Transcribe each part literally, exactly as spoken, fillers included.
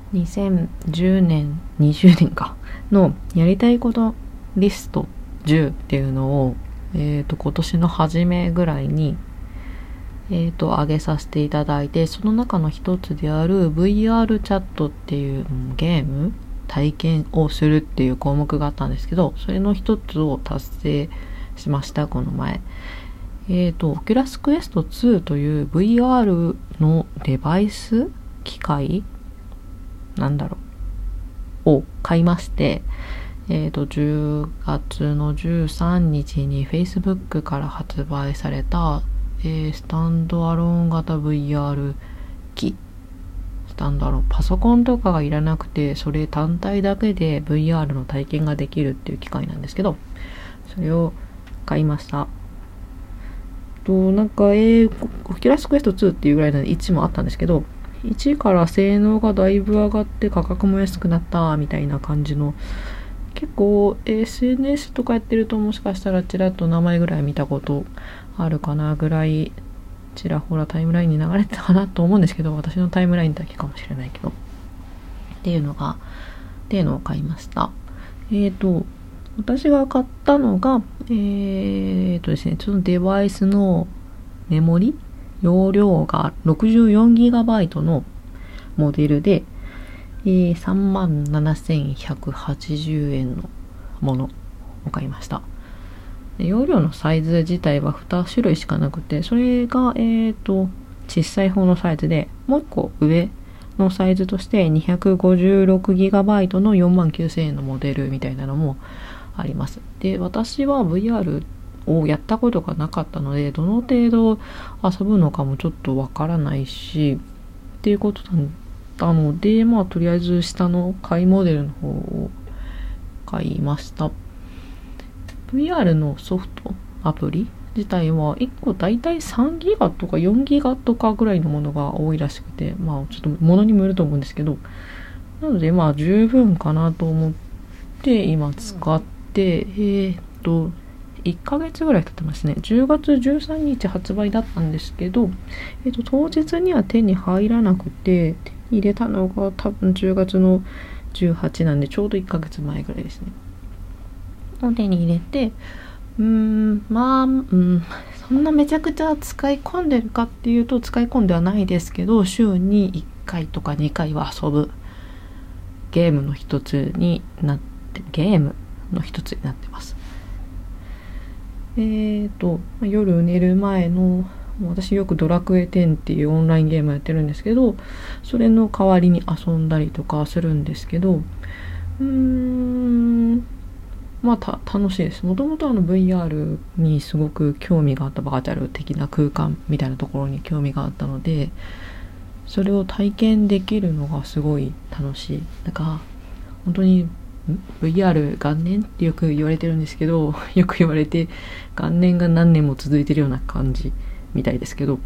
にせんじゅうねんにじゅうねんかのやりたいことリストじゅうっていうのを、えー、と今年の初めぐらいに、えー、と上げさせていただいて、その中の一つである ブイアール チャットっていうゲーム体験をするっていう項目があったんですけど、それの一つを達成しました。この前えーと、Oculus Quest ツーという ブイアール のデバイス機械なんだろうを買いまして、えーと、じゅうがつのじゅうさんにちに Facebook から発売された、えー、スタンドアローン型 ブイアール 機。スタンドアローン。パソコンとかがいらなくて、それ単体だけで ブイアール の体験ができるっていう機械なんですけど、それを買いました。となんか、えー、Oculus Quest ツーっていうぐらいなのでいちもあったんですけど、いちから性能がだいぶ上がって価格も安くなったみたいな感じの、結構 エスエヌエス とかやってるともしかしたらちらっと名前ぐらい見たことあるかなぐらいちらほらタイムラインに流れてたかなと思うんですけど、私のタイムラインだけかもしれないけどっていうのがっていうのを買いました。えっと私が買ったのが、えーとですね、そのデバイスのメモリ容量が ろくじゅうよんギガバイト のモデルで、えー、さんまんななせんひゃくはちじゅうえんのものを買いました。で容量のサイズ自体はに種類しかなくて、それが、えーと、小さい方のサイズで、もう一個上のサイズとして にひゃくごじゅうろくギガバイト のよんまんきゅうせんえんのモデルみたいなのもあります。で、私は ブイアール をやったことがなかったので、どの程度遊ぶのかもちょっとわからないしっていうことだったので、まあとりあえず下の買いモデルの方を買いました。 ブイアール のソフトアプリ自体はいっこだいたいさんギガとかよんギガとかぐらいのものが多いらしくて、まあちょっと物にもよると思うんですけど、なのでまあ十分かなと思って今使ってで、えー、っといっかげつぐらい経ってますね。じゅうがつじゅうさんにち発売だったんですけど、えー、っと当日には手に入らなくて、手に入れたのが多分じゅうがつのじゅうはちなんでちょうどいっかげつまえぐらいですね。を手に入れて、うーんまあ、うん、そんなめちゃくちゃ使い込んでるかっていうと使い込んではないですけど、週にいっかいとかにかいは遊ぶゲームの一つになってゲームの一つになってます。えーと夜寝る前の、私よくドラクエテンっていうオンラインゲームやってるんですけど、それの代わりに遊んだりとかするんですけど、うーんまあた楽しいです。もともとあの ブイアール にすごく興味があった、バーチャル的な空間みたいなところに興味があったので、それを体験できるのがすごい楽しい。なんか本当にブイアール 元年ってよく言われてるんですけど、よく言われて元年が何年も続いてるような感じみたいですけど、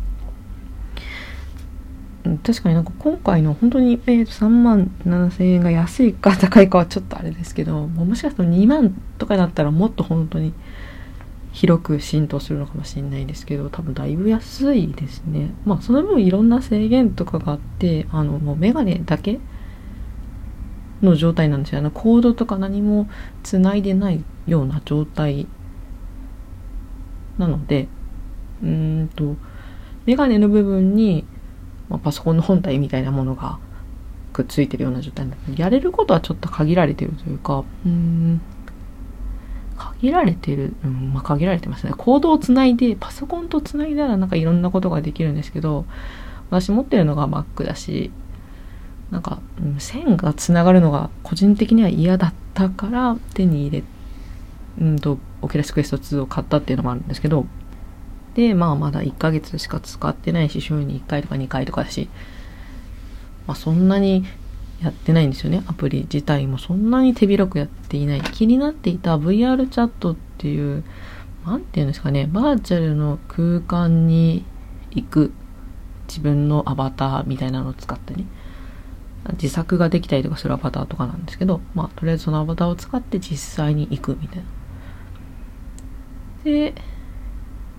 確かになんか今回の本当に、えー、さんまんななせんえんが安いか高いかはちょっとあれですけど、もしかするとにまんとかだったらもっと本当に広く浸透するのかもしれないですけど、多分だいぶ安いですね。まあその分いろんな制限とかがあって、あのもうメガネだけの状態なんですよ。あのコードとか何もつないでないような状態なので、うーんとメガネの部分に、まあ、パソコンの本体みたいなものがくっついてるような状態なので、やれることはちょっと限られてるというか、うーん限られてる、うん、まあ限られてますね。コードをつないでパソコンとつないだらなんかいろんなことができるんですけど、私持ってるのが Mac だし、なんか、うん、線がつながるのが個人的には嫌だったから手に入れうんとオキュラスクエストツーを買ったっていうのもあるんですけど、でまあまだいっかげつしか使ってないし、週にいっかいとかにかいとかだし、まあそんなにやってないんですよね。アプリ自体もそんなに手広くやっていない。気になっていた ブイアール チャットっていう、なんていうんですかね、バーチャルの空間に行く自分のアバターみたいなのを使ってね、自作ができたりとかするアバターとかなんですけど、まあとりあえずそのアバターを使って実際に行くみたいな。で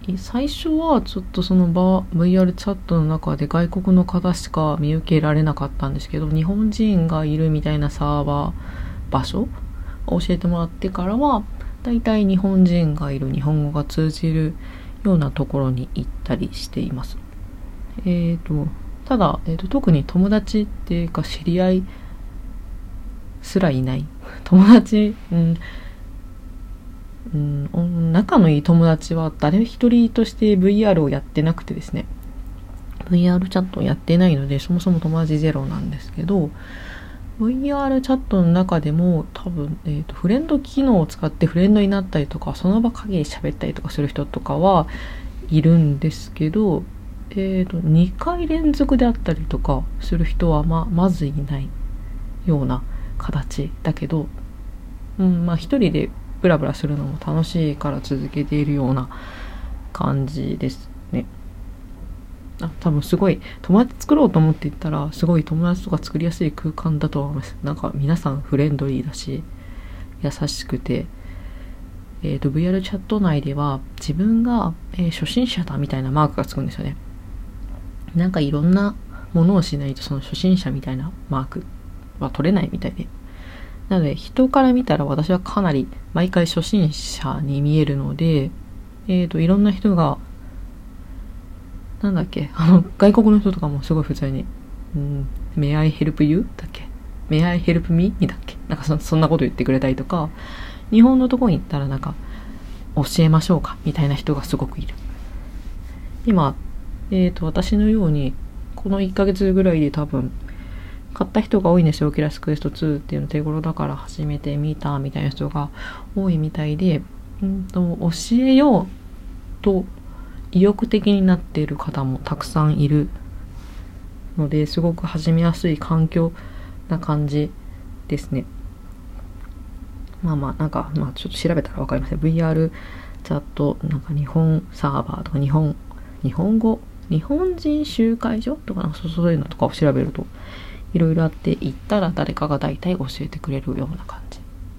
最初はちょっとその場 ブイアール チャットの中で外国の方しか見受けられなかったんですけど、日本人がいるみたいなサーバー場所を教えてもらってからは、だいたい日本人がいる、日本語が通じるようなところに行ったりしています。えーとただ、えーと特に友達っていうか知り合いすらいない友達、うんうん、仲のいい友達は誰一人として ブイアール をやってなくてですね、 ブイアール チャットをやってないので、そもそも友達ゼロなんですけど、 ブイアール チャットの中でも多分、えーと、フレンド機能を使ってフレンドになったりとか、その場限り喋ったりとかする人とかはいるんですけど、えーと、にかい連続であったりとかする人は ま, まずいないような形だけど、うん、まあ一人でブラブラするのも楽しいから続けているような感じですね。あ、多分すごい友達作ろうと思っていったらすごい友達とか作りやすい空間だと思います。なんか皆さんフレンドリーだし優しくて、えーと ブイアール チャット内では自分が、えー、初心者だみたいなマークがつくんですよね。なんかいろんなものをしないとその初心者みたいなマークは取れないみたいで、なので人から見たら私はかなり毎回初心者に見えるので、えーといろんな人がなんだっけあの外国の人とかもすごい普通に、うん、May I help you? だっけ May I help me? だっけなんか そ, そんなこと言ってくれたりとか、日本のとこに行ったらなんか教えましょうかみたいな人がすごくいる。今、えーと私のようにこのいっかげつぐらいで多分買った人が多いんですよ。オキュラスクエストツーっていうの手頃だから初めて見たみたいな人が多いみたいで、うんと教えようと意欲的になっている方もたくさんいるので、すごく始めやすい環境な感じですね。まあまあなんかまあちょっと調べたらわかりません。ブイアール チャットなんか日本サーバーとか日本日本語日本人集会所とかなんかそういうのとかを調べるといろいろあって、行ったら誰かが大体教えてくれるような感じ。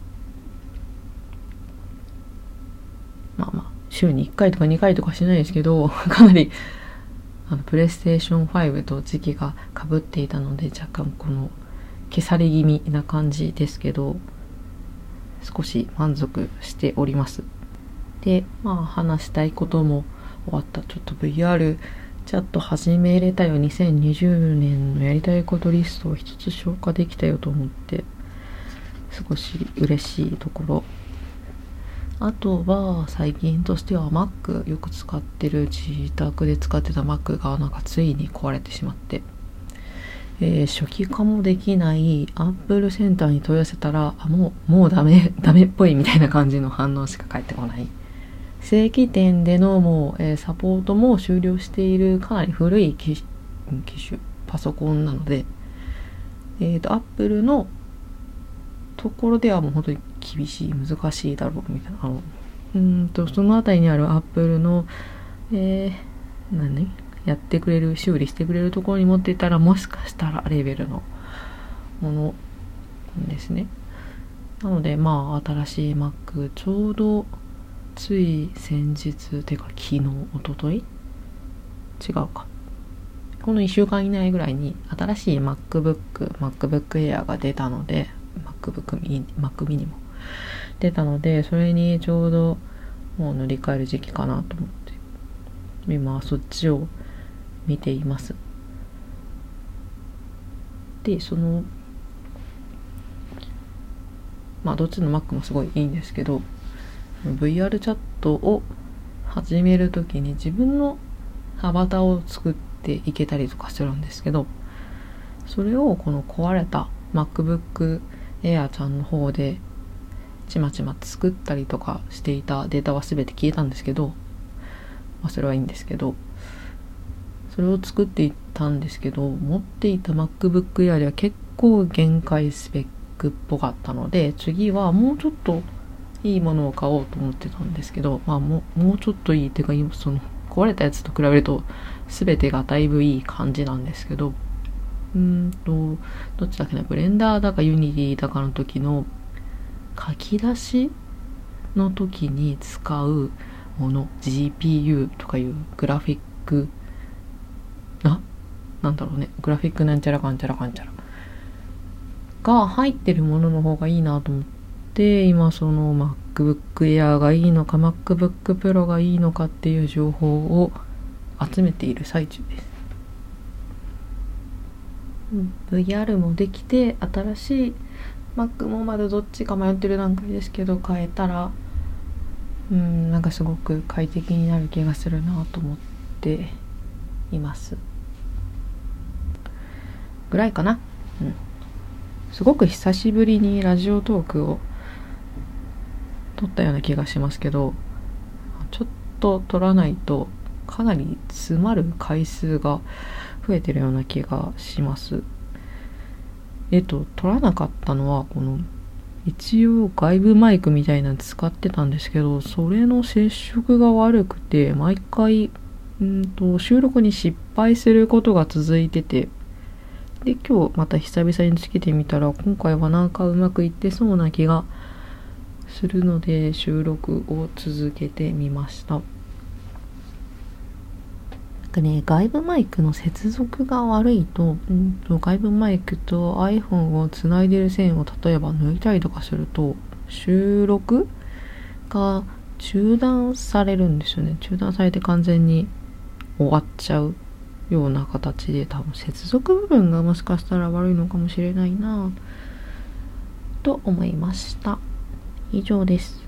まあまあ週にいっかいとかにかいとかしないですけど、かなりあのプレイステーションファイブと時期が被っていたので若干この消され気味な感じですけど、少し満足しております。で、まあ話したいことも終わった。ちょっと ブイアール チャット始めれたよ、にせんにじゅうねんのやりたいことリストを一つ消化できたよと思って少し嬉しいところ。あとは最近としては Mac よく使ってる、自宅で使ってた Mac がなんかついに壊れてしまって、えー、初期化もできない Apple センターに問い合わせたら、あもうもうダメダメっぽいみたいな感じの反応しか返ってこない。正規店でのもう、えー、サポートも終了しているかなり古い機種、機種パソコンなので、えーと Apple のところではもう本当に厳しい、難しいだろうみたいな、あのうーんとそのあたりにある Apple の、えー、何やってくれる、修理してくれるところに持っていたら、もしかしたらレベルのものですね。なのでまあ新しい Mac ちょうどつい先日てか昨日一昨日違うかこのいっしゅうかん以内ぐらいに新しい MacBook MacBook Air が出たので、 MacBook Mini Mac Mini も出たので、それにちょうどもう乗り換える時期かなと思って今そっちを見ています。でそのまあどっちの Mac もすごいいいんですけど、 ブイアール チャットを始めるときに自分のアバターを作っていけたりとかするんですけど、それをこの壊れた MacBook Air ちゃんの方でちまちま作ったりとかしていたデータは全て消えたんですけど、まあ、それはいいんですけど、それを作っていったんですけど、持っていた MacBook Air では結構限界スペックっぽかったので、次はもうちょっといいものを買おうと思ってたんですけど、まあもう、もうちょっといいっていうか、その壊れたやつと比べると全てがだいぶいい感じなんですけど、うーんとどっちだっけな、ブレンダーだかユニティだかの時の書き出しの時に使うもの ジーピーユー とかいうグラフィックななんだろうねグラフィックなんちゃらかんちゃらかんちゃらが入ってるものの方がいいなと思って、今その MacBook Air がいいのか MacBook Pro がいいのかっていう情報を集めている最中です。ブイアール もできて新しい Mac もまだどっちか迷ってる段階ですけど、変えたらうんなんかすごく快適になる気がするなと思っていますぐらいかな。うんすごく久しぶりにラジオトークを撮ったような気がしますけど、ちょっと撮らないとかなり詰まる回数が増えてるような気がします。えっと撮らなかったのはこの一応外部マイクみたいなの使ってたんですけど、それの接触が悪くて毎回うんと収録に失敗することが続いてて、で今日また久々につけてみたら今回はなんかうまくいってそうな気がするので収録を続けてみました。なんかね外部マイクの接続が悪いと、うんと外部マイクと iPhone をつないでる線を例えば抜いたりとかすると収録が中断されるんですよね。中断されて完全に終わっちゃうような形で、多分接続部分がもしかしたら悪いのかもしれないなと思いました。以上です。